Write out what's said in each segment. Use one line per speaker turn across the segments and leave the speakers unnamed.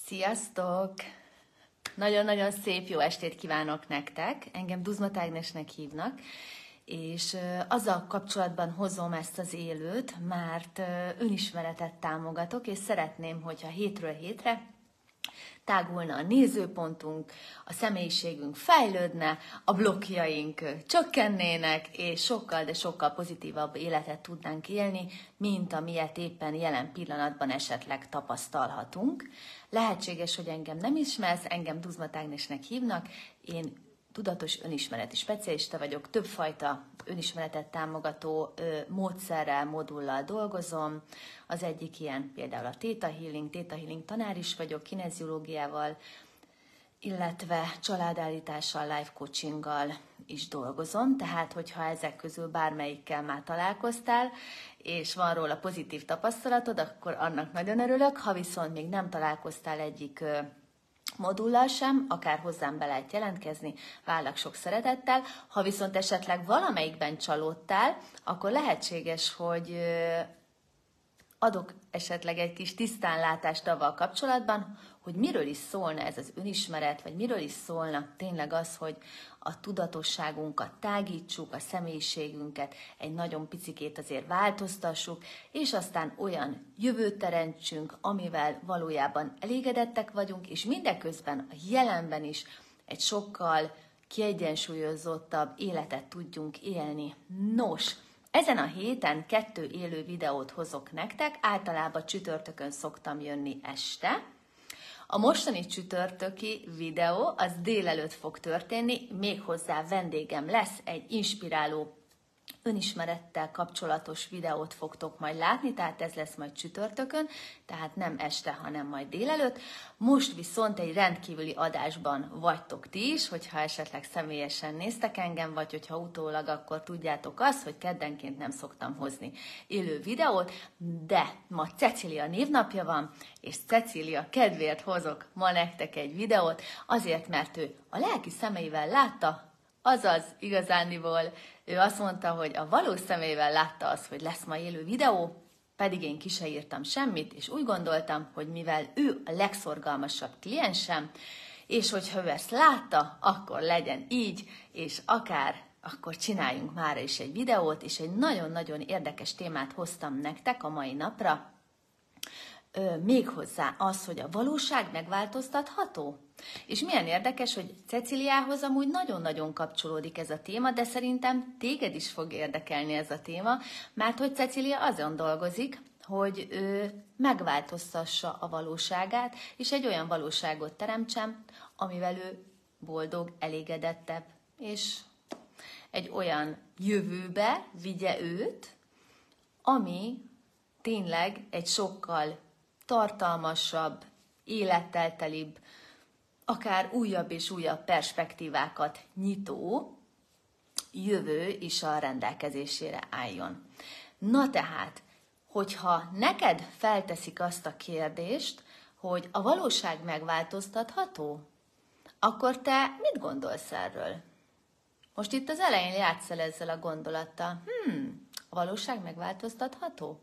Sziasztok! Nagyon-nagyon szép jó estét kívánok nektek. Engem Duzmata Ágnesnek hívnak, és azzal kapcsolatban hozom ezt az élőt, mert önismeretet támogatok, és szeretném, hogyha hétről hétre tágulna a nézőpontunk, a személyiségünk fejlődne, a blokkjaink csökkennének, és sokkal, de sokkal pozitívabb életet tudnánk élni, mint amilyet éppen jelen pillanatban esetleg tapasztalhatunk. Lehetséges, hogy engem nem ismersz, engem Duzmata Ágnesnek hívnak, én tudatos önismereti specialista vagyok, többfajta önismeretet támogató módszerrel, modullal dolgozom. Az egyik ilyen például a Theta Healing tanár is vagyok, kineziológiával, illetve családállítással, life coachinggal is dolgozom. Tehát, hogyha ezek közül bármelyikkel már találkoztál, és van róla pozitív tapasztalatod, akkor annak nagyon örülök. Ha viszont még nem találkoztál egyik modullal sem, akár hozzám be lehet jelentkezni, várlak sok szeretettel. Ha viszont esetleg valamelyikben csalódtál, akkor lehetséges, hogy adok esetleg egy kis tisztánlátást avval kapcsolatban, hogy miről is szólna ez az önismeret, vagy miről is szólna tényleg az, hogy a tudatosságunkat tágítsuk, a személyiségünket egy nagyon picikét azért változtassuk, és aztán olyan jövőt teremtsünk, amivel valójában elégedettek vagyunk, és mindeközben a jelenben is egy sokkal kiegyensúlyozottabb életet tudjunk élni. Nos, ezen a héten 2 élő videót hozok nektek, általában csütörtökön szoktam jönni este. A mostani csütörtöki videó az délelőtt fog történni, méghozzá vendégem lesz, egy inspiráló önismerettel kapcsolatos videót fogtok majd látni, tehát ez lesz majd csütörtökön, tehát nem este, hanem majd délelőtt. Most viszont egy rendkívüli adásban vagytok ti is, hogyha esetleg személyesen néztek engem, vagy hogyha utólag, akkor tudjátok azt, hogy keddenként nem szoktam hozni élő videót, de ma Cecília névnapja van, és Cecília kedvéért hozok ma nektek egy videót, azért, mert ő a lelki szemeivel látta, azaz igazániból ő azt mondta, hogy a valós szemével látta azt, hogy lesz ma élő videó, pedig én ki se írtam semmit, és úgy gondoltam, hogy mivel ő a legszorgalmasabb kliensem, és hogyha ő ezt látta, akkor legyen így, és akár akkor csináljunk mára is egy videót, és egy nagyon-nagyon érdekes témát hoztam nektek a mai napra, méghozzá az, hogy a valóság megváltoztatható. És milyen érdekes, hogy Cecíliához amúgy nagyon-nagyon kapcsolódik ez a téma, de szerintem téged is fog érdekelni ez a téma, mert hogy Cecília azon dolgozik, hogy ő megváltoztassa a valóságát, és egy olyan valóságot teremtsen, amivel ő boldog, elégedettebb, és egy olyan jövőbe vigye őt, ami tényleg egy sokkal tartalmasabb, élettel telibb, akár újabb és újabb perspektívákat nyitó jövő is a rendelkezésére álljon. Na tehát, hogyha neked felteszik azt a kérdést, hogy a valóság megváltoztatható, akkor te mit gondolsz erről? Most itt az elején játsszál ezzel a gondolattal. A valóság megváltoztatható?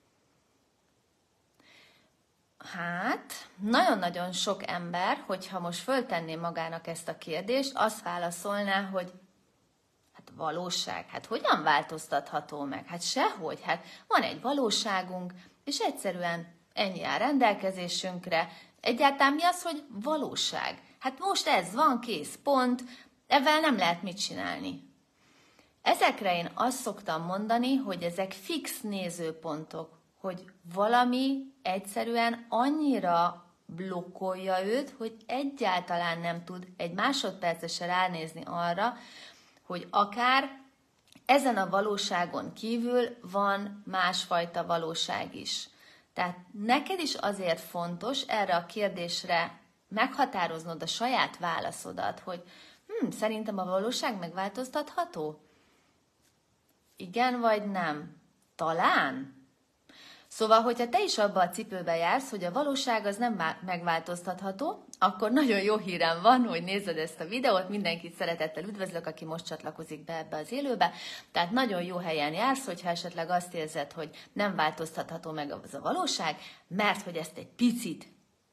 Hát, nagyon-nagyon sok ember, hogyha most föltenné magának ezt a kérdést, azt válaszolná, hogy hát valóság, hát hogyan változtatható meg? Hát sehogy, hát van egy valóságunk, és egyszerűen ennyi áll rendelkezésünkre. Egyáltalán mi az, hogy valóság? Hát most ez van, kész, pont, ezzel nem lehet mit csinálni. Ezekre én azt szoktam mondani, hogy ezek fix nézőpontok, hogy valami egyszerűen annyira blokkolja őt, hogy egyáltalán nem tud egy másodpercre se ránézni arra, hogy akár ezen a valóságon kívül van másfajta valóság is. Tehát neked is azért fontos erre a kérdésre meghatároznod a saját válaszodat, hogy szerintem a valóság megváltoztatható? Igen vagy nem? Talán? Szóval, hogyha te is abba a cipőbe jársz, hogy a valóság az nem megváltoztatható, akkor nagyon jó hírem van, hogy nézed ezt a videót, mindenkit szeretettel üdvözlök, aki most csatlakozik be ebbe az élőbe, tehát nagyon jó helyen jársz, hogyha esetleg azt érzed, hogy nem változtatható meg az a valóság, mert hogy ezt egy picit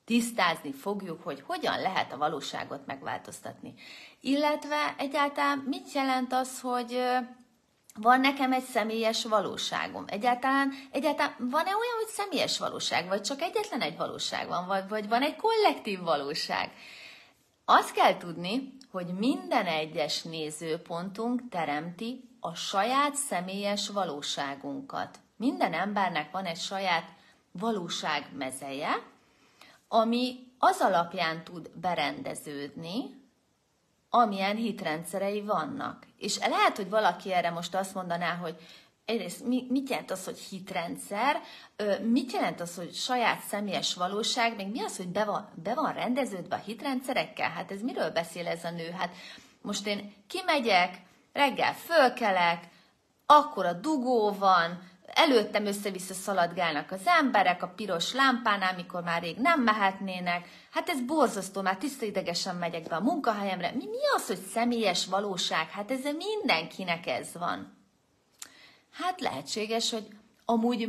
tisztázni fogjuk, hogy hogyan lehet a valóságot megváltoztatni. Illetve egyáltalán mit jelent az, hogy van nekem egy személyes valóságom? Egyáltalán van-e olyan, hogy személyes valóság, vagy csak egyetlen egy valóság van, vagy van egy kollektív valóság? Azt kell tudni, hogy minden egyes nézőpontunk teremti a saját személyes valóságunkat. Minden embernek van egy saját valóságmezeje, ami az alapján tud berendeződni, amilyen hitrendszerei vannak. És lehet, hogy valaki erre most azt mondaná, hogy egyrészt mit jelent az, hogy hitrendszer, mit jelent az, hogy saját személyes valóság, még mi az, hogy be van rendeződve a hitrendszerekkel? Hát ez miről beszél ez a nő? Hát most én kimegyek, reggel fölkelek, akkor a dugó van, előttem össze-vissza szaladgálnak az emberek a piros lámpánál, mikor már rég nem mehetnének. Hát ez borzasztó, már tiszta idegesen megyek be a munkahelyemre. Mi az, hogy személyes valóság? Hát ez mindenkinek ez van. Hát lehetséges, hogy amúgy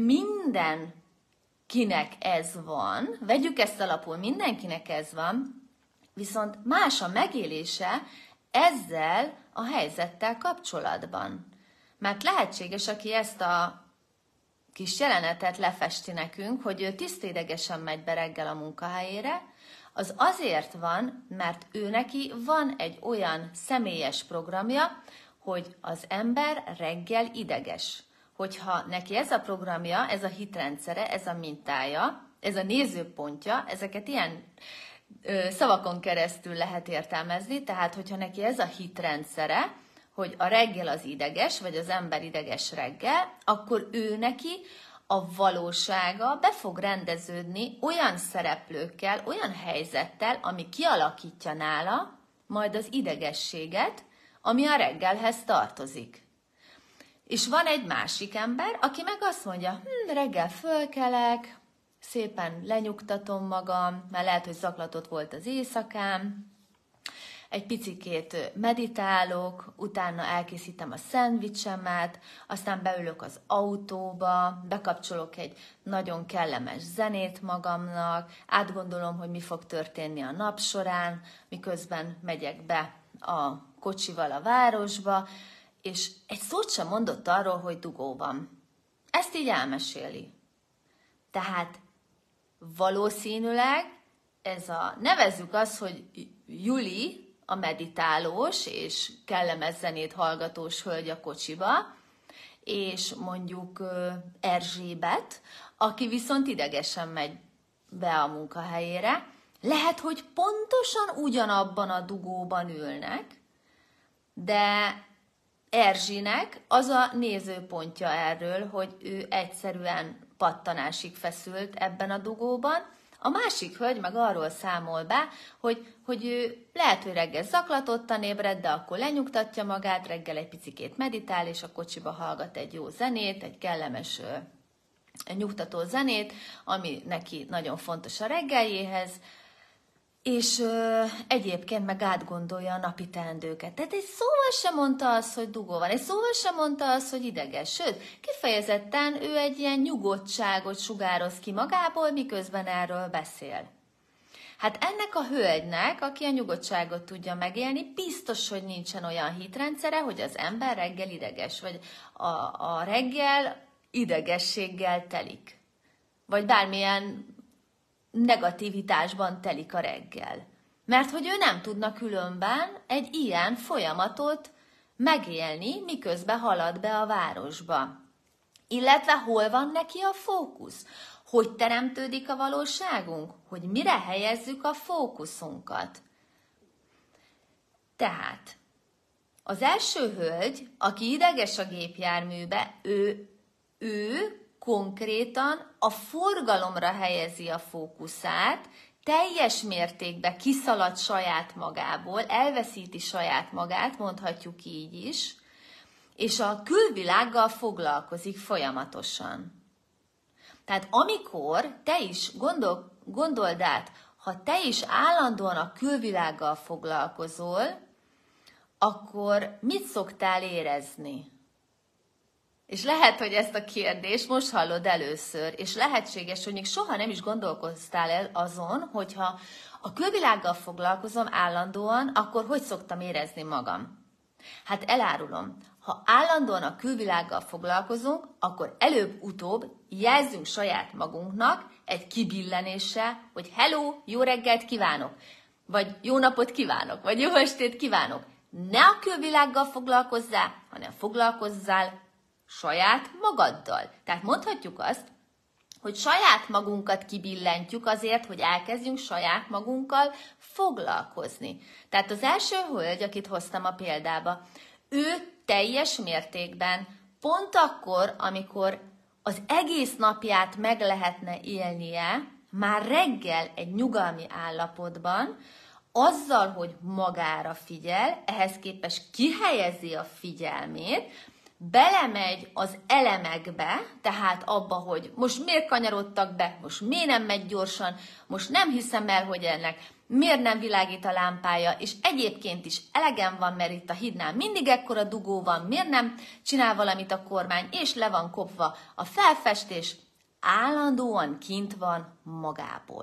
mindenkinek ez van, vegyük ezt alapul, mindenkinek ez van, viszont más a megélése ezzel a helyzettel kapcsolatban. Mert lehetséges, aki ezt a kis jelenetet lefesti nekünk, hogy ő tisztaidegesen megy be reggel a munkahelyére, az azért van, mert ő neki van egy olyan személyes programja, hogy az ember reggel ideges. Hogyha neki ez a programja, ez a hitrendszere, ez a mintája, ez a nézőpontja, ezeket ilyen szavakon keresztül lehet értelmezni, tehát hogyha neki ez a hitrendszere, hogy a reggel az ideges, vagy az ember ideges reggel, akkor ő neki a valósága be fog rendeződni olyan szereplőkkel, olyan helyzettel, ami kialakítja nála majd az idegességet, ami a reggelhez tartozik. És van egy másik ember, aki meg azt mondja, reggel fölkelek, szépen lenyugtatom magam, mert lehet, hogy zaklatott volt az éjszakám, egy picikét meditálok, utána elkészítem a szendvicsemet, aztán beülök az autóba, bekapcsolok egy nagyon kellemes zenét magamnak, átgondolom, hogy mi fog történni a nap során, miközben megyek be a kocsival a városba, és egy szót sem mondott arról, hogy dugó van. Ezt így elmeséli. Tehát valószínűleg nevezzük azt, hogy Juli, a meditálós és kellemes zenét hallgatós hölgy a kocsiba, és mondjuk Erzsébet, aki viszont idegesen megy be a munkahelyére, lehet, hogy pontosan ugyanabban a dugóban ülnek, de Erzsinek az a nézőpontja erről, hogy ő egyszerűen pattanásig feszült ebben a dugóban, a másik hölgy meg arról számol be, hogy ő lehet, hogy reggel zaklatottan ébred, de akkor lenyugtatja magát, reggel egy picikét meditál, és a kocsiba hallgat egy jó zenét, egy kellemes nyugtató zenét, ami neki nagyon fontos a reggeljéhez, és egyébként meg átgondolja a napi teendőket. Tehát egy szóval sem mondta azt, hogy dugó van, egy szóval sem mondta azt, hogy ideges. Sőt, kifejezetten ő egy ilyen nyugodtságot sugároz ki magából, miközben erről beszél. Hát ennek a hölgynek, aki a nyugodtságot tudja megélni, biztos, hogy nincsen olyan hitrendszere, hogy az ember reggel ideges, vagy a reggel idegességgel telik. Vagy bármilyen negativitásban telik a reggel. Mert hogy ő nem tudna különben egy ilyen folyamatot megélni, miközben halad be a városba. Illetve hol van neki a fókusz? Hogy teremtődik a valóságunk? Hogy mire helyezzük a fókuszunkat? Tehát az első hölgy, aki ideges a gépjárműbe, ő konkrétan a forgalomra helyezi a fókuszát, teljes mértékben kiszalad saját magából, elveszíti saját magát, mondhatjuk így is, és a külvilággal foglalkozik folyamatosan. Tehát amikor te is gondold át, ha te is állandóan a külvilággal foglalkozol, akkor mit szoktál érezni? És lehet, hogy ezt a kérdést most hallod először, és lehetséges, hogy még soha nem is gondolkoztál el azon, hogyha a külvilággal foglalkozom állandóan, akkor hogy szoktam érezni magam? Hát elárulom, ha állandóan a külvilággal foglalkozunk, akkor előbb-utóbb jelzünk saját magunknak egy kibillenéssel, hogy hello, jó reggelt kívánok, vagy jó napot kívánok, vagy jó estét kívánok. Ne a külvilággal foglalkozzál, hanem foglalkozzál saját magaddal. Tehát mondhatjuk azt, hogy saját magunkat kibillentjük azért, hogy elkezdjünk saját magunkkal foglalkozni. Tehát az első hölgy, akit hoztam a példába, ő teljes mértékben pont akkor, amikor az egész napját meg lehetne élnie, már reggel egy nyugalmi állapotban, azzal, hogy magára figyel, ehhez képest kihelyezi a figyelmét, belemegy az elemekbe, tehát abba, hogy most miért kanyarodtak be, most miért nem megy gyorsan, most nem hiszem el, hogy ennek miért nem világít a lámpája, és egyébként is elegem van, mert itt a hídnál mindig ekkora dugó van, miért nem csinál valamit a kormány, és le van kopva a felfestés, állandóan kint van magából.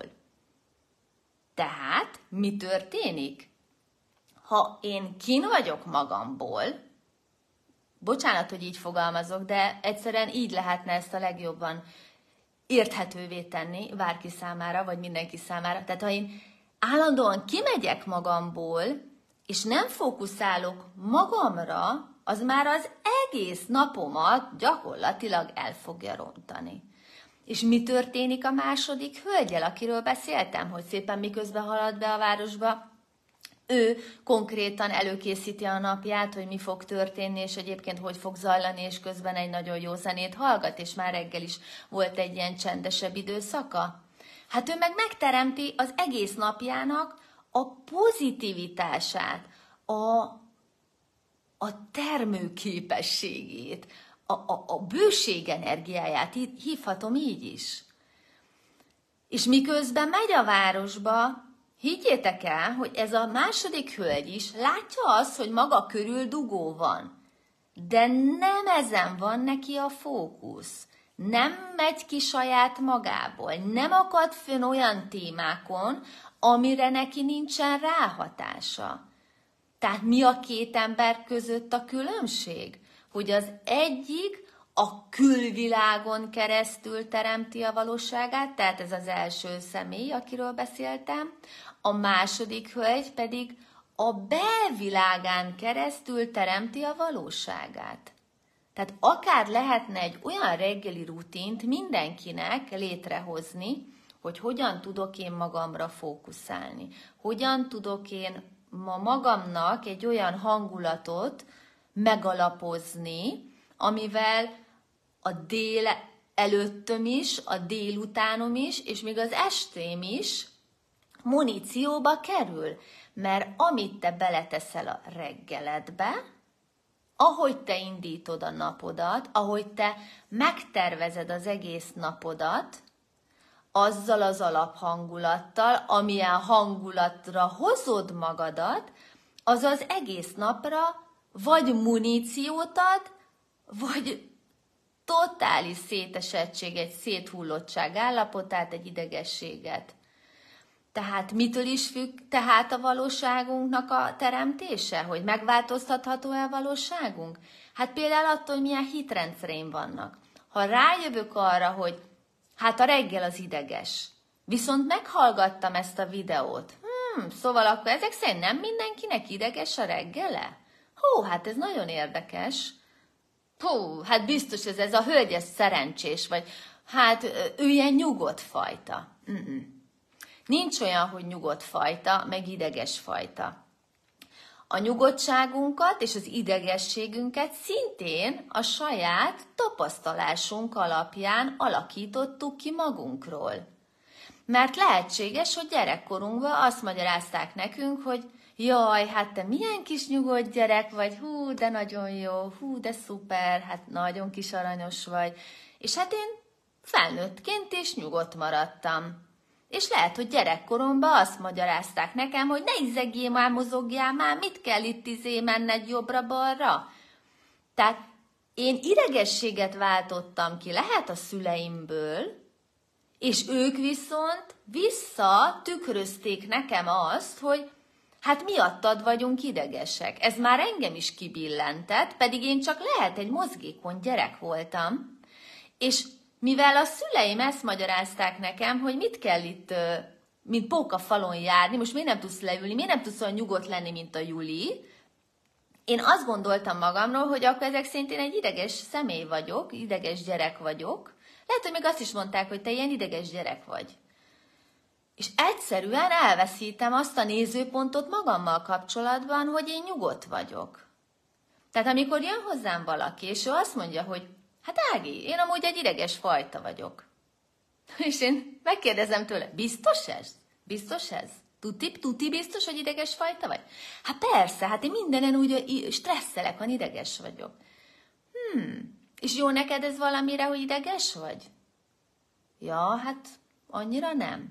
Tehát mi történik? Ha én kin vagyok magamból, bocsánat, hogy így fogalmazok, de egyszerűen így lehetne ezt a legjobban érthetővé tenni bárki számára, vagy mindenki számára. Tehát ha én állandóan kimegyek magamból, és nem fókuszálok magamra, az már az egész napomat gyakorlatilag el fogja rontani. És mi történik a második hölgyel, akiről beszéltem, hogy szépen miközben halad be a városba, ő konkrétan előkészíti a napját, hogy mi fog történni, és egyébként hogy fog zajlani, és közben egy nagyon jó zenét hallgat, és már reggel is volt egy ilyen csendesebb időszaka. Hát ő meg megteremti az egész napjának a pozitivitását, a termőképességét, a bőség energiáját, hívhatom így is. És miközben megy a városba, higgyétek el, hogy ez a második hölgy is látja azt, hogy maga körül dugó van, de nem ezen van neki a fókusz. Nem megy ki saját magából, nem akad fönn olyan témákon, amire neki nincsen ráhatása. Tehát mi a két ember között a különbség? Hogy az egyik a külvilágon keresztül teremti a valóságát, tehát ez az első személy, akiről beszéltem, a második hölgy pedig a belvilágán keresztül teremti a valóságát. Tehát akár lehetne egy olyan reggeli rutint mindenkinek létrehozni, hogy hogyan tudok én magamra fókuszálni, hogyan tudok én magamnak egy olyan hangulatot megalapozni, amivel a dél előttöm is, a délutánom is, és még az estém is munícióba kerül. Mert amit te beleteszel a reggeledbe, ahogy te indítod a napodat, ahogy te megtervezed az egész napodat, azzal az alaphangulattal, amilyen hangulatra hozod magadat, az az egész napra vagy muníciót ad, vagy totális szétesettség, egy széthullottság állapotát, egy idegességet. Tehát mitől is függ tehát a valóságunknak a teremtése? Hogy megváltoztatható-e a valóságunk? Hát például attól, hogy milyen hitrendszereim vannak. Ha rájövök arra, hogy hát a reggel az ideges, viszont meghallgattam ezt a videót, szóval akkor ezek szerint nem mindenkinek ideges a reggele? Hú, hát ez nagyon érdekes. Hú, hát biztos ez a hölgy, ez szerencsés, vagy hát ő ilyen nyugodt fajta. Nincs olyan, hogy nyugodt fajta, meg ideges fajta. A nyugodtságunkat és az idegességünket szintén a saját tapasztalásunk alapján alakítottuk ki magunkról. Mert lehetséges, hogy gyerekkorunkban azt magyarázták nekünk, hogy jaj, hát te milyen kis nyugodt gyerek vagy, hú, de nagyon jó, hú, de szuper, hát nagyon kis aranyos vagy. És hát én felnőttként is nyugodt maradtam. És lehet, hogy gyerekkoromban azt magyarázták nekem, hogy ne izzegjél már, mozogjál már, mit kell itt menned jobbra-balra. Tehát én idegességet váltottam ki, lehet a szüleimből, és ők viszont visszatükrözték nekem azt, hogy hát miattad vagyunk idegesek. Ez már engem is kibillentett, pedig én csak lehet egy mozgékony gyerek voltam, és mivel a szüleim ezt magyarázták nekem, hogy mit kell itt, mint póka falon járni, most miért nem tudsz leülni, miért nem tudsz olyan nyugodt lenni, mint a Juli, én azt gondoltam magamról, hogy akkor ezek szerint én egy ideges személy vagyok, ideges gyerek vagyok. Lehet, hogy még azt is mondták, hogy te ilyen ideges gyerek vagy. És egyszerűen elveszítem azt a nézőpontot magammal kapcsolatban, hogy én nyugodt vagyok. Tehát amikor jön hozzám valaki, és ő azt mondja, hogy hát Ági, én amúgy egy ideges fajta vagyok. És én megkérdezem tőle, biztos ez? Biztos ez? Tuti biztos, hogy ideges fajta vagy? Hát persze, hát én mindenen úgy stresszelek, van ideges vagyok. És jó neked ez valamire, hogy ideges vagy? Ja, hát annyira nem.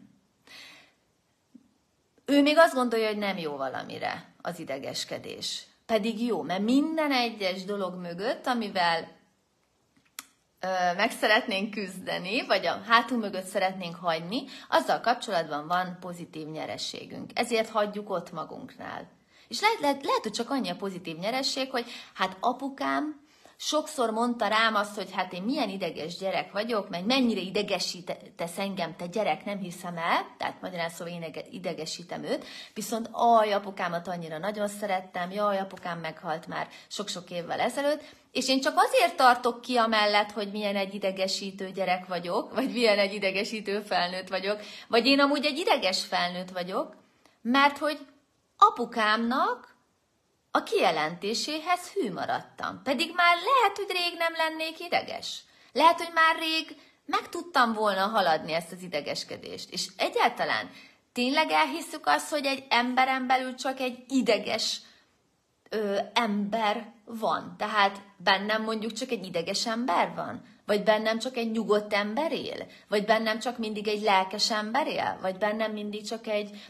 Ő még azt gondolja, hogy nem jó valamire az idegeskedés. Pedig jó, mert minden egyes dolog mögött, amivel meg szeretnénk küzdeni, vagy a hátunk mögött szeretnénk hagyni, azzal kapcsolatban van pozitív nyerességünk. Ezért hagyjuk ott magunknál. És lehet, hogy csak annyi a pozitív nyeresség, hogy hát apukám sokszor mondta rám azt, hogy hát én milyen ideges gyerek vagyok, meg mennyire idegesítesz engem, te gyerek, nem hiszem el, tehát magyarán szóval én idegesítem őt, viszont apukámat annyira nagyon szerettem, apukám meghalt már sok-sok évvel ezelőtt, és én csak azért tartok ki amellett, hogy milyen egy idegesítő gyerek vagyok, vagy milyen egy idegesítő felnőtt vagyok, vagy én amúgy egy ideges felnőtt vagyok, mert hogy apukámnak a kijelentéséhez hű maradtam. Pedig már lehet, hogy rég nem lennék ideges. Lehet, hogy már rég meg tudtam volna haladni ezt az idegeskedést. És egyáltalán tényleg elhisszük azt, hogy egy emberen belül csak egy ideges ember van. Tehát bennem mondjuk csak egy ideges ember van? Vagy bennem csak egy nyugodt ember él? Vagy bennem csak mindig egy lelkes ember él? Vagy bennem mindig csak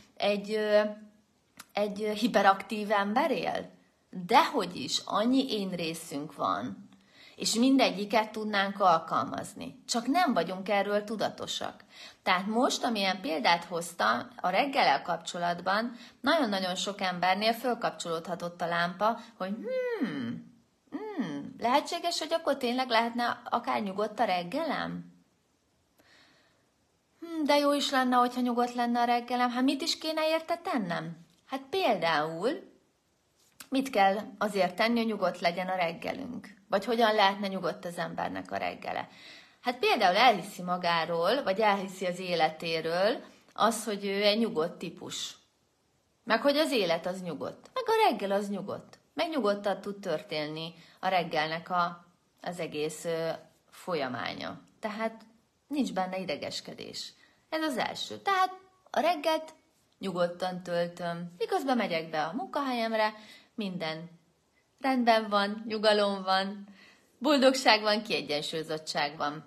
egy hiperaktív ember él? Dehogy is, annyi én részünk van, és mindegyiket tudnánk alkalmazni. Csak nem vagyunk erről tudatosak. Tehát most, amilyen példát hoztam, a reggellel kapcsolatban nagyon-nagyon sok embernél fölkapcsolódhatott a lámpa, hogy lehetséges, hogy akkor tényleg lehetne akár nyugodt a reggelem? De jó is lenne, hogyha nyugodt lenne a reggelem. Hát mit is kéne érte tennem? Hát például mit kell azért tenni, hogy nyugodt legyen a reggelünk? Vagy hogyan lehetne nyugodt az embernek a reggele? Hát például elhiszi magáról, vagy elhiszi az életéről az, hogy ő egy nyugodt típus. Meg hogy az élet az nyugodt. Meg a reggel az nyugodt. Meg nyugodtan tud történni a reggelnek az egész folyamánya. Tehát nincs benne idegeskedés. Ez az első. Tehát a reggelt nyugodtan töltöm. Miközben megyek be a munkahelyemre, minden rendben van, nyugalom van, boldogság van, kiegyensúlyozottság van.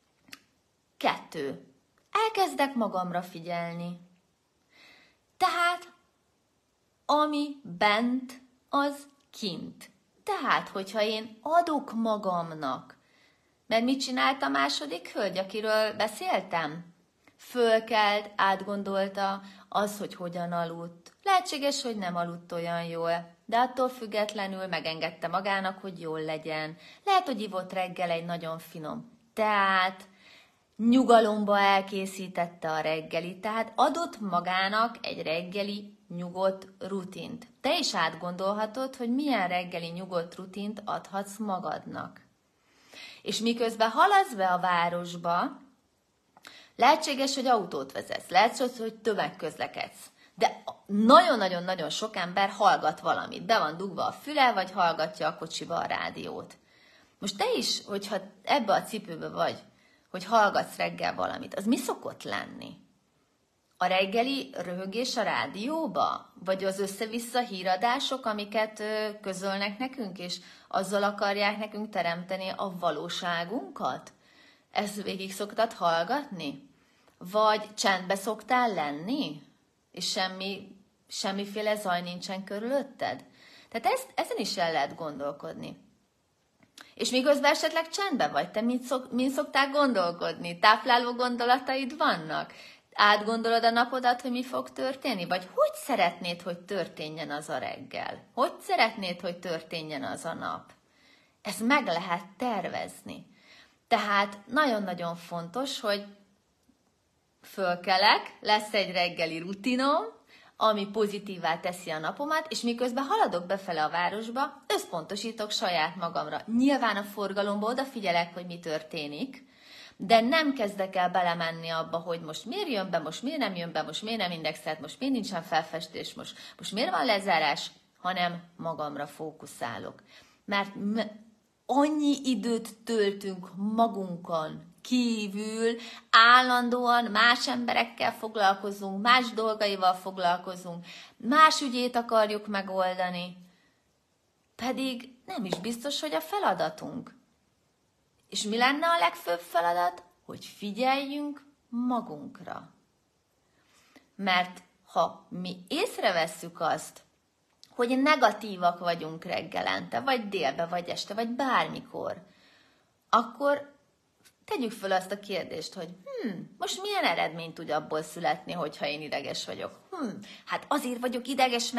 2. Elkezdek magamra figyelni. Tehát, ami bent, az kint. Tehát, hogyha én adok magamnak, mert mit csinált a második hölgy, akiről beszéltem? Fölkelt, átgondolta az, hogy hogyan aludt. Lehetséges, hogy nem aludt olyan jól, de attól függetlenül megengedte magának, hogy jól legyen. Lehet, hogy ivott reggel egy nagyon finom teát, nyugalomba elkészítette a reggelit, tehát adott magának egy reggeli nyugodt rutint. Te is átgondolhatod, hogy milyen reggeli nyugodt rutint adhatsz magadnak. És miközben haladsz be a városba, lehetséges, hogy autót vezetsz, lehetséges, hogy tömegközlekedsz, de nagyon-nagyon-nagyon sok ember hallgat valamit. Be van dugva a füle, vagy hallgatja a kocsiba a rádiót. Most te is, hogyha ebbe a cipőbe vagy, hogy hallgatsz reggel valamit, az mi szokott lenni? A reggeli röhögés a rádióba? Vagy az össze-vissza híradások, amiket közölnek nekünk, és azzal akarják nekünk teremteni a valóságunkat? Ezt végig szoktad hallgatni? Vagy csendbe szoktál lenni? És semmiféle zaj nincsen körülötted? Tehát ezen is el lehet gondolkodni. És miközben esetleg csendben vagy, te mind szoktál gondolkodni? Tápláló gondolataid vannak? Átgondolod a napodat, hogy mi fog történni? Vagy hogy szeretnéd, hogy történjen az a reggel? Hogy szeretnéd, hogy történjen az a nap? Ezt meg lehet tervezni. Tehát nagyon-nagyon fontos, hogy fölkelek, lesz egy reggeli rutinom, ami pozitívvá teszi a napomat, és miközben haladok befele a városba, összpontosítok saját magamra. Nyilván a forgalomba odafigyelek, hogy mi történik, de nem kezdek el belemenni abba, hogy most miért jön be, most miért nem jön be, most miért nem indexelt, most miért nincsen felfestés, most miért van lezárás, hanem magamra fókuszálok. Mert annyi időt töltünk magunkon kívül, állandóan más emberekkel foglalkozunk, más dolgaival foglalkozunk, más ügyét akarjuk megoldani, pedig nem is biztos, hogy a feladatunk. És mi lenne a legfőbb feladat? Hogy figyeljünk magunkra. Mert ha mi észrevesszük azt, hogy negatívak vagyunk reggelente, vagy délbe, vagy este, vagy bármikor, akkor tegyük föl azt a kérdést, hogy most milyen eredmény tud abból születni, hogyha én ideges vagyok? Hát azért vagyok ideges,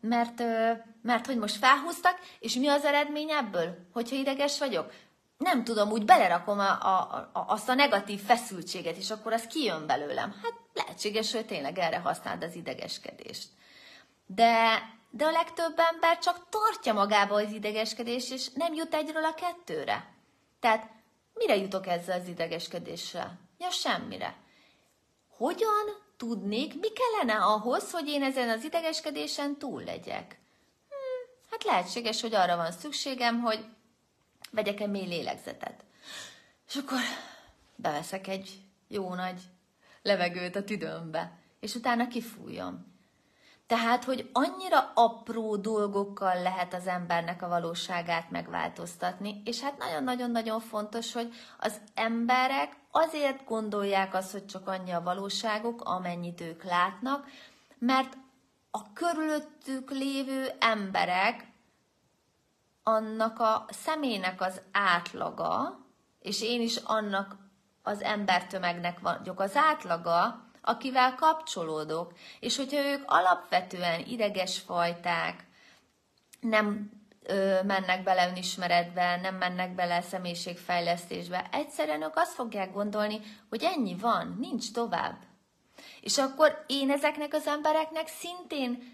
mert hogy most felhúztak, és mi az eredmény ebből, hogyha ideges vagyok? Nem tudom, úgy belerakom azt a negatív feszültséget, és akkor az kijön belőlem. Hát lehetséges, hogy tényleg erre használd az idegeskedést. De a legtöbb ember csak tartja magába az idegeskedést, és nem jut egyről a kettőre. Tehát mire jutok ezzel az idegeskedéssel? Ja, semmire. Hogyan tudnék, mi kellene ahhoz, hogy én ezen az idegeskedésen túl legyek? Hát lehetséges, hogy arra van szükségem, hogy vegyek egy mély lélegzetet. És akkor beveszek egy jó nagy levegőt a tüdőmbe, és utána kifújom. Tehát, hogy annyira apró dolgokkal lehet az embernek a valóságát megváltoztatni, és hát nagyon-nagyon-nagyon fontos, hogy az emberek azért gondolják azt, hogy csak annyi a valóságuk, amennyit ők látnak, mert a körülöttük lévő emberek annak a személynek az átlaga, és én is annak az embertömegnek vagyok az átlaga, akivel kapcsolódok, és hogyha ők alapvetően ideges fajták, nem mennek bele önismeretbe, nem mennek bele személyiségfejlesztésbe, egyszerűen ők azt fogják gondolni, hogy ennyi van, nincs tovább. És akkor én ezeknek az embereknek szintén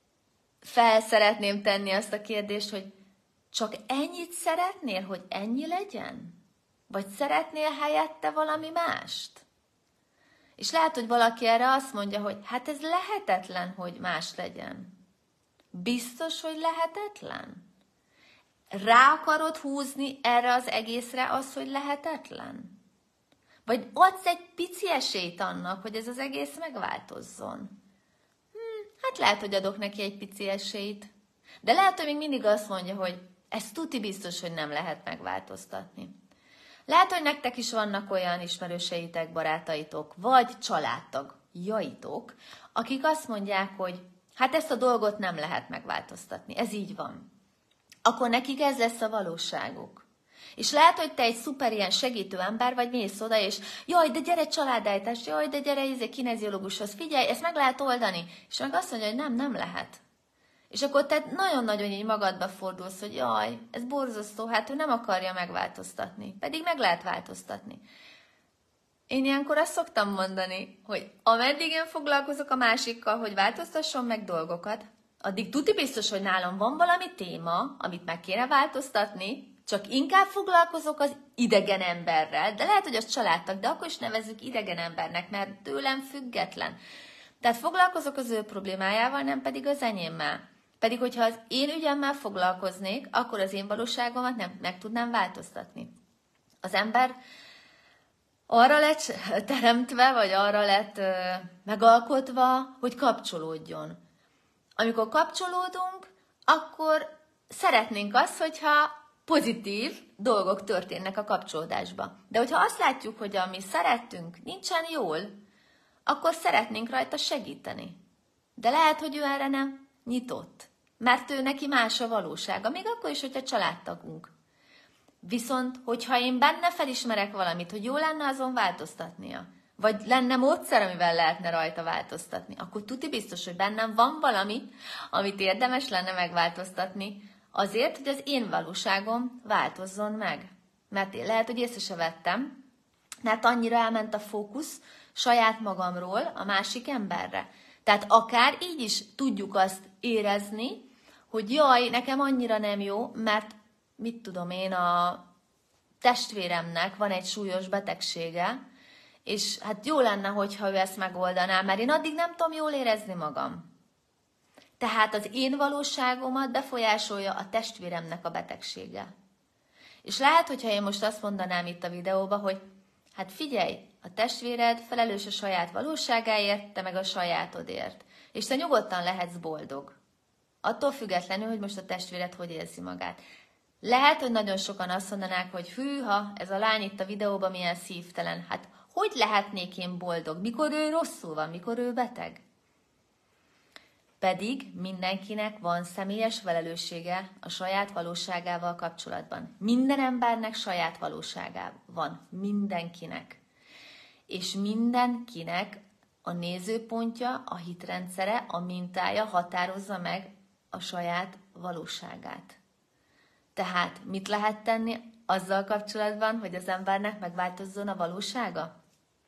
fel szeretném tenni azt a kérdést, hogy csak ennyit szeretnél, hogy ennyi legyen? Vagy szeretnél helyette valami mást? És lehet, hogy valaki erre azt mondja, hogy hát ez lehetetlen, hogy más legyen. Biztos, hogy lehetetlen? Rá akarod húzni erre az egészre az, hogy lehetetlen? Vagy adsz egy pici esélyt annak, hogy ez az egész megváltozzon? Hát lehet, hogy adok neki egy pici esélyt. De lehet, hogy még mindig azt mondja, hogy ez tuti biztos, hogy nem lehet megváltoztatni. Lehet, hogy nektek is vannak olyan ismerőseitek, barátaitok, vagy családtagjaitok, akik azt mondják, hogy hát ezt a dolgot nem lehet megváltoztatni, ez így van. Akkor nekik ez lesz a valóságuk. És lehet, hogy te egy szuper ilyen segítő ember vagy, mész oda, és jaj, de gyere családállítás, jaj, de gyere kineziológushoz, figyelj, ezt meg lehet oldani. És meg azt mondja, hogy nem lehet. És akkor te nagyon-nagyon így magadba fordulsz, hogy jaj, ez borzasztó, hát ő nem akarja megváltoztatni. Pedig meg lehet változtatni. Én ilyenkor azt szoktam mondani, hogy ameddig én foglalkozok a másikkal, hogy változtasson meg dolgokat, addig tuti biztos, hogy nálam van valami téma, amit meg kéne változtatni, csak inkább foglalkozok az idegen emberrel, de lehet, hogy az családtag, de akkor is nevezzük idegen embernek, mert tőlem független. Tehát foglalkozok az ő problémájával, nem pedig az enyémmel. Pedig, hogyha az én ügyemmel foglalkoznék, akkor az én valóságomat nem meg tudnám változtatni. Az ember arra lett teremtve, vagy arra lett megalkotva, hogy kapcsolódjon. Amikor kapcsolódunk, akkor szeretnénk azt, hogyha pozitív dolgok történnek a kapcsolódásba. De hogyha azt látjuk, hogy ami szerettünk nincsen jól, akkor szeretnénk rajta segíteni. De lehet, hogy ő erre nem nyitott, mert ő neki más a valósága, még akkor is, hogyha családtagunk. Viszont, hogyha én benne felismerek valamit, hogy jó lenne azon változtatnia, vagy lenne módszer, amivel lehetne rajta változtatni, akkor tuti biztos, hogy bennem van valami, amit érdemes lenne megváltoztatni, azért, hogy az én valóságom változzon meg. Mert én lehet, hogy észre se vettem, mert annyira elment a fókusz saját magamról a másik emberre. Tehát akár így is tudjuk azt érezni, hogy jaj, nekem annyira nem jó, mert mit tudom én, a testvéremnek van egy súlyos betegsége, és hát jó lenne, hogyha ő ezt megoldaná, mert én addig nem tudom jól érezni magam. Tehát az én valóságomat befolyásolja a testvéremnek a betegsége. És lehet, hogyha én most azt mondanám itt a videóba, hogy hát figyelj, a testvéred felelős a saját valóságáért, te meg a sajátodért. És te nyugodtan lehetsz boldog. Attól függetlenül, hogy most a testvéred hogy érzi magát. Lehet, hogy nagyon sokan azt mondanák, hogy hűha, ez a lány itt a videóban milyen szívtelen. Hát hogy lehetnék én boldog, mikor ő rosszul van, mikor ő beteg? Pedig mindenkinek van személyes felelőssége a saját valóságával kapcsolatban. Minden embernek saját valósága van. Mindenkinek. És mindenkinek a nézőpontja, a hitrendszere, a mintája határozza meg a saját valóságát. Tehát mit lehet tenni azzal kapcsolatban, hogy az embernek megváltozzon a valósága?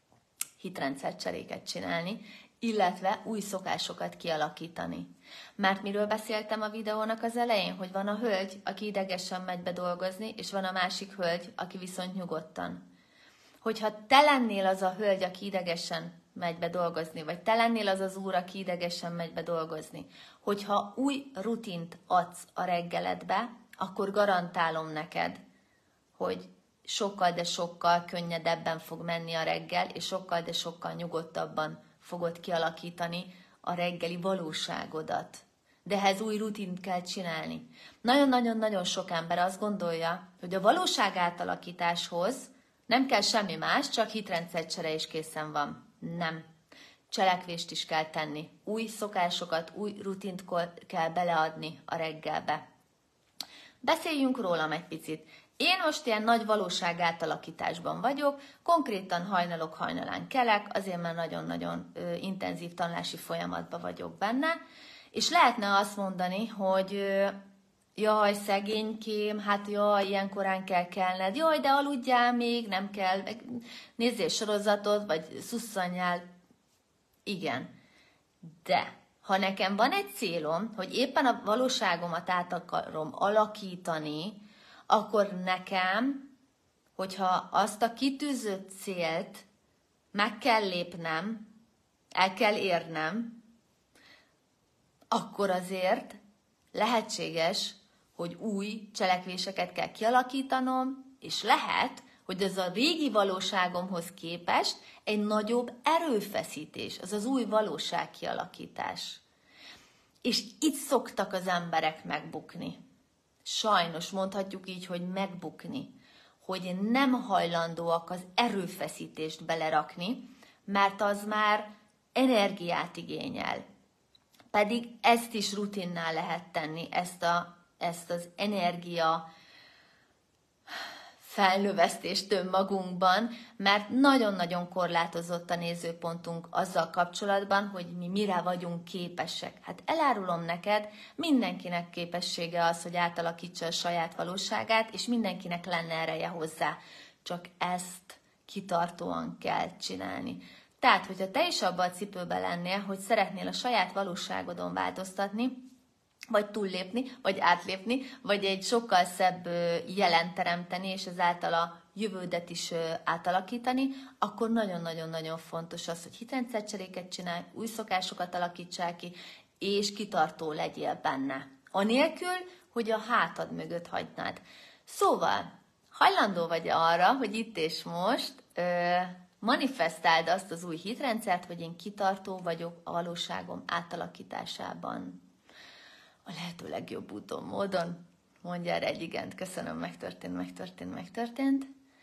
Hitrendszercseréket csinálni, illetve új szokásokat kialakítani. Mert miről beszéltem a videónak az elején, hogy van a hölgy, aki idegesen megy be dolgozni, és van a másik hölgy, aki viszont nyugodtan. Hogyha te lennél az a hölgy, aki idegesen megy be dolgozni, vagy te lennél az az úr, aki idegesen megy be dolgozni, hogyha új rutint adsz a reggeledbe, akkor garantálom neked, hogy sokkal, de sokkal könnyedebben fog menni a reggel, és sokkal, de sokkal nyugodtabban fogod kialakítani a reggeli valóságodat. De ehhez új rutint kell csinálni. Nagyon-nagyon-nagyon sok ember azt gondolja, hogy a valóság átalakításhoz nem kell semmi más, csak hitrendszercsere és készen van. Nem. Cselekvést is kell tenni. Új szokásokat, új rutint kell beleadni a reggelbe. Beszéljünk rólam egy picit. Én most ilyen nagy valóság átalakításban vagyok, konkrétan hajnalok-hajnalán kelek, azért mert nagyon-nagyon intenzív tanulási folyamatban vagyok benne, és lehetne azt mondani, hogy jaj, szegénykém, hát jaj, ilyen korán kell kelned, jaj, de aludjál még, nem kell, nézzél sorozatot, vagy szusszanjál. Igen, de ha nekem van egy célom, hogy éppen a valóságomat át akarom alakítani, akkor nekem, hogyha azt a kitűzött célt meg kell lépnem, el kell érnem, akkor azért lehetséges, hogy új cselekvéseket kell kialakítanom, és lehet, hogy az a régi valóságomhoz képest egy nagyobb erőfeszítés, az az új valóság kialakítás. És itt szoktak az emberek megbukni. Sajnos mondhatjuk így, hogy megbukni, hogy nem hajlandóak az erőfeszítést belerakni, mert az már energiát igényel. Pedig ezt is rutinnál lehet tenni, ezt az energia felnövesztést önmagunkban, mert nagyon-nagyon korlátozott a nézőpontunk azzal kapcsolatban, hogy mi mire vagyunk képesek. Hát elárulom neked, mindenkinek képessége az, hogy átalakítsa a saját valóságát, és mindenkinek lenne ereje hozzá. Csak ezt kitartóan kell csinálni. Tehát, hogyha te is abban a cipőben lennél, hogy szeretnél a saját valóságodon változtatni, vagy túllépni, vagy átlépni, vagy egy sokkal szebb jelent teremteni, és ezáltal a jövődet is átalakítani, akkor nagyon-nagyon-nagyon fontos az, hogy hitrendszercseréket csinálj, új szokásokat alakítsál ki, és kitartó legyél benne. Anélkül, hogy a hátad mögött hagynád. Szóval, hajlandó vagy arra, hogy itt és most manifestáld azt az új hitrendszert, hogy én kitartó vagyok a valóságom átalakításában. A lehető legjobb úton, módon. Mondja erre egy igent. Köszönöm, megtörtént.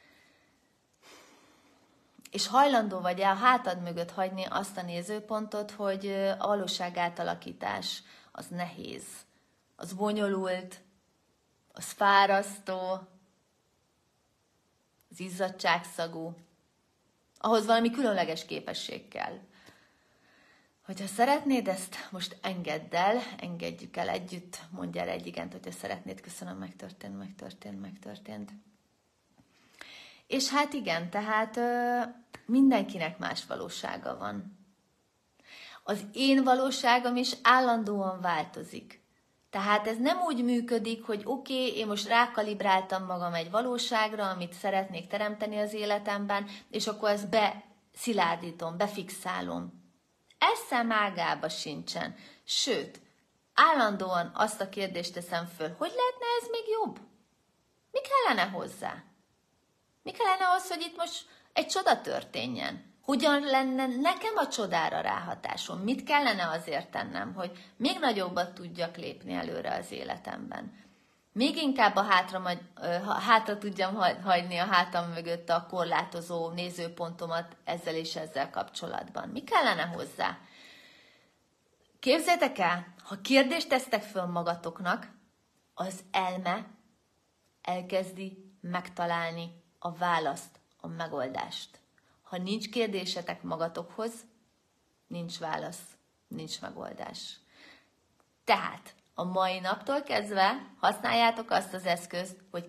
És hajlandó vagy el hátad mögött hagyni azt a nézőpontot, hogy a valóság átalakítás az nehéz, az bonyolult, az fárasztó, az izzadságszagú, ahhoz valami különleges képesség kell. Hogyha szeretnéd ezt, most engedd el, engedjük el együtt, mondj el egy igent, hogyha szeretnéd, köszönöm, megtörtént. És hát igen, tehát mindenkinek más valósága van. Az én valóságom is állandóan változik. Tehát ez nem úgy működik, hogy oké, én most rákalibráltam magam egy valóságra, amit szeretnék teremteni az életemben, és akkor ezt beszilárdítom, befixálom. Eszem ágába sincsen. Sőt, állandóan azt a kérdést teszem föl, hogy lehetne ez még jobb? Mi kellene hozzá? Mi kellene ahhoz, hogy itt most egy csoda történjen? Hogyan lenne nekem a csodára ráhatásom? Mit kellene azért tennem, hogy még nagyobbat tudjak lépni előre az életemben? Még inkább hátra tudjam hagyni a hátam mögött a korlátozó nézőpontomat ezzel és ezzel kapcsolatban. Mi kellene hozzá? Képzeljétek el, ha kérdést tesztek föl magatoknak, az elme elkezdi megtalálni a választ, a megoldást. Ha nincs kérdésetek magatokhoz, nincs válasz, nincs megoldás. Tehát a mai naptól kezdve használjátok azt az eszközt, hogy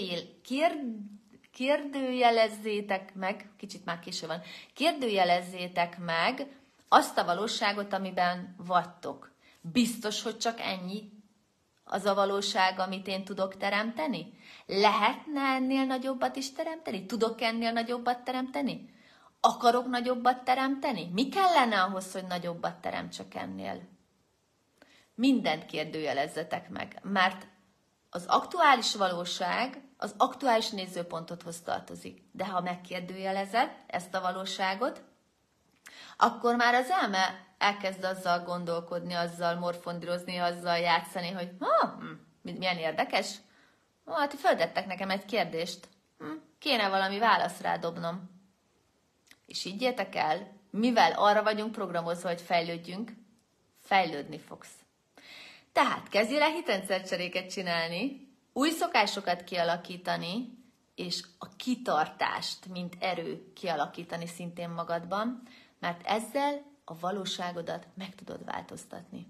kérdőjelezzétek meg, kicsit már késő van, kérdőjelezzétek meg azt a valóságot, amiben vagytok. Biztos, hogy csak ennyi az a valóság, amit én tudok teremteni? Lehetne ennél nagyobbat is teremteni? Tudok ennél nagyobbat teremteni? Akarok nagyobbat teremteni? Mi kellene ahhoz, hogy nagyobbat teremtsek ennél? Mindent kérdőjelezzetek meg, mert az aktuális valóság az aktuális nézőpontodhoz tartozik. De ha megkérdőjelezed ezt a valóságot, akkor már az elme elkezd azzal gondolkodni, azzal morfondírozni, azzal játszani, hogy milyen érdekes. Hát földettek nekem egy kérdést. Kéne valami választ rádobnom. És higgyétek el, mivel arra vagyunk programozva, hogy fejlődjünk, fejlődni fogsz. Tehát kezdjél el hitrendszercseréket csinálni, új szokásokat kialakítani, és a kitartást, mint erő kialakítani szintén magadban, mert ezzel a valóságodat meg tudod változtatni.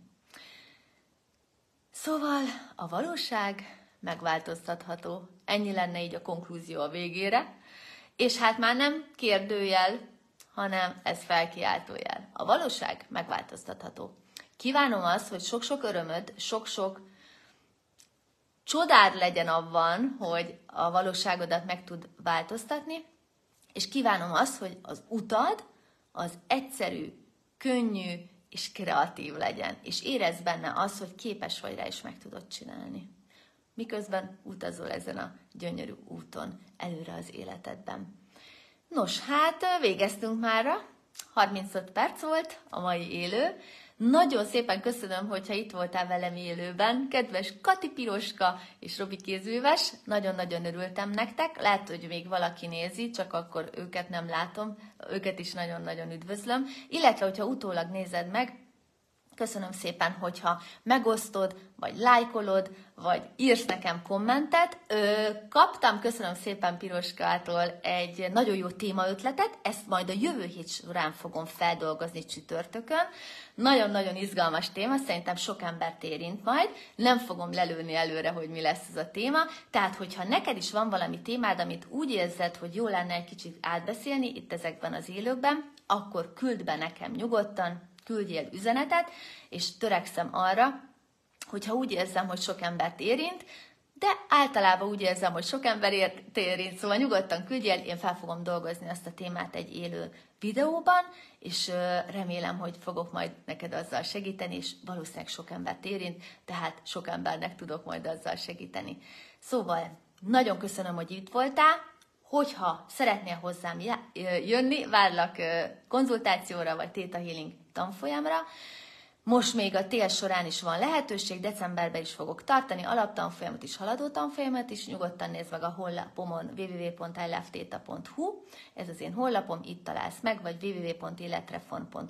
Szóval a valóság megváltoztatható. Ennyi lenne így a konklúzió a végére. És hát már nem kérdőjel, hanem ez felkiáltójel. A valóság megváltoztatható. Kívánom azt, hogy sok-sok örömöd, sok-sok csodád legyen abban, hogy a valóságodat meg tud változtatni, és kívánom azt, hogy az utad az egyszerű, könnyű és kreatív legyen, és érezd benne azt, hogy képes vagy rá, és meg tudod csinálni. Miközben utazol ezen a gyönyörű úton előre az életedben. Nos, hát végeztünk mára, 35 perc volt a mai élő. Nagyon szépen köszönöm, hogyha itt voltál velem élőben, kedves Kati Piroska és Robi Kézműves, nagyon-nagyon örültem nektek, lehet, hogy még valaki nézi, csak akkor őket nem látom, őket is nagyon-nagyon üdvözlöm, illetve, hogyha utólag nézed meg, köszönöm szépen, hogyha megosztod, vagy lájkolod, vagy írsz nekem kommentet. Kaptam, köszönöm szépen Piroskától egy nagyon jó témaötletet, ezt majd a jövő hét során fogom feldolgozni csütörtökön. Nagyon-nagyon izgalmas téma, szerintem sok embert érint majd. Nem fogom lelőni előre, hogy mi lesz ez a téma. Tehát, hogyha neked is van valami témád, amit úgy érzed, hogy jó lenne egy kicsit átbeszélni itt ezekben az élőkben, akkor küld be nekem nyugodtan, küldjél üzenetet, és törekszem arra, hogyha úgy érzem, hogy sok embert érint, de általában úgy érzem, hogy sok ember érint, szóval nyugodtan küldjél, én fel fogom dolgozni azt a témát egy élő videóban, és remélem, hogy fogok majd neked azzal segíteni, és valószínűleg sok embert érint, tehát sok embernek tudok majd azzal segíteni. Szóval nagyon köszönöm, hogy itt voltál. Hogyha szeretnél hozzám jönni, várlak konzultációra vagy Theta Healing tanfolyamra. Most még a tél során is van lehetőség, decemberben is fogok tartani alaptanfolyamot is, haladó tanfolyamat is. Nyugodtan nézd meg a honlapomon www.ilovetheta.hu, ez az én honlapom, itt találsz meg, vagy www.életreform.hu.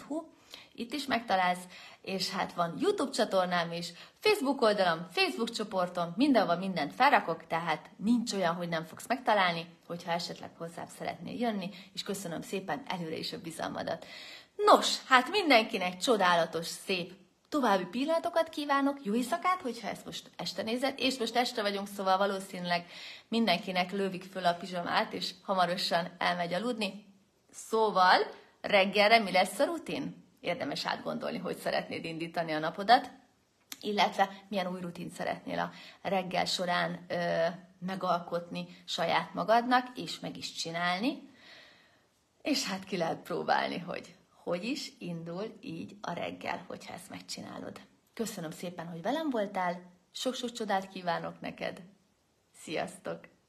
Itt is megtalálsz, és hát van YouTube csatornám is, Facebook oldalam, Facebook csoportom, mindenhol mindent felrakok, tehát nincs olyan, hogy nem fogsz megtalálni, hogyha esetleg hozzám szeretnél jönni, és köszönöm szépen előre is a bizalmadat. Nos, hát mindenkinek csodálatos, szép további pillanatokat kívánok, jó éjszakát, hogyha ezt most este nézed, és most este vagyunk, szóval valószínűleg mindenkinek lövik föl a pizsamát, és hamarosan elmegy aludni. Szóval reggelre mi lesz a rutin? Érdemes átgondolni, hogy szeretnéd indítani a napodat, illetve milyen új rutint szeretnél a reggel során megalkotni saját magadnak, és meg is csinálni. És hát ki lehet próbálni, hogy is indul így a reggel, hogyha ezt megcsinálod. Köszönöm szépen, hogy velem voltál, sok-sok csodát kívánok neked. Sziasztok!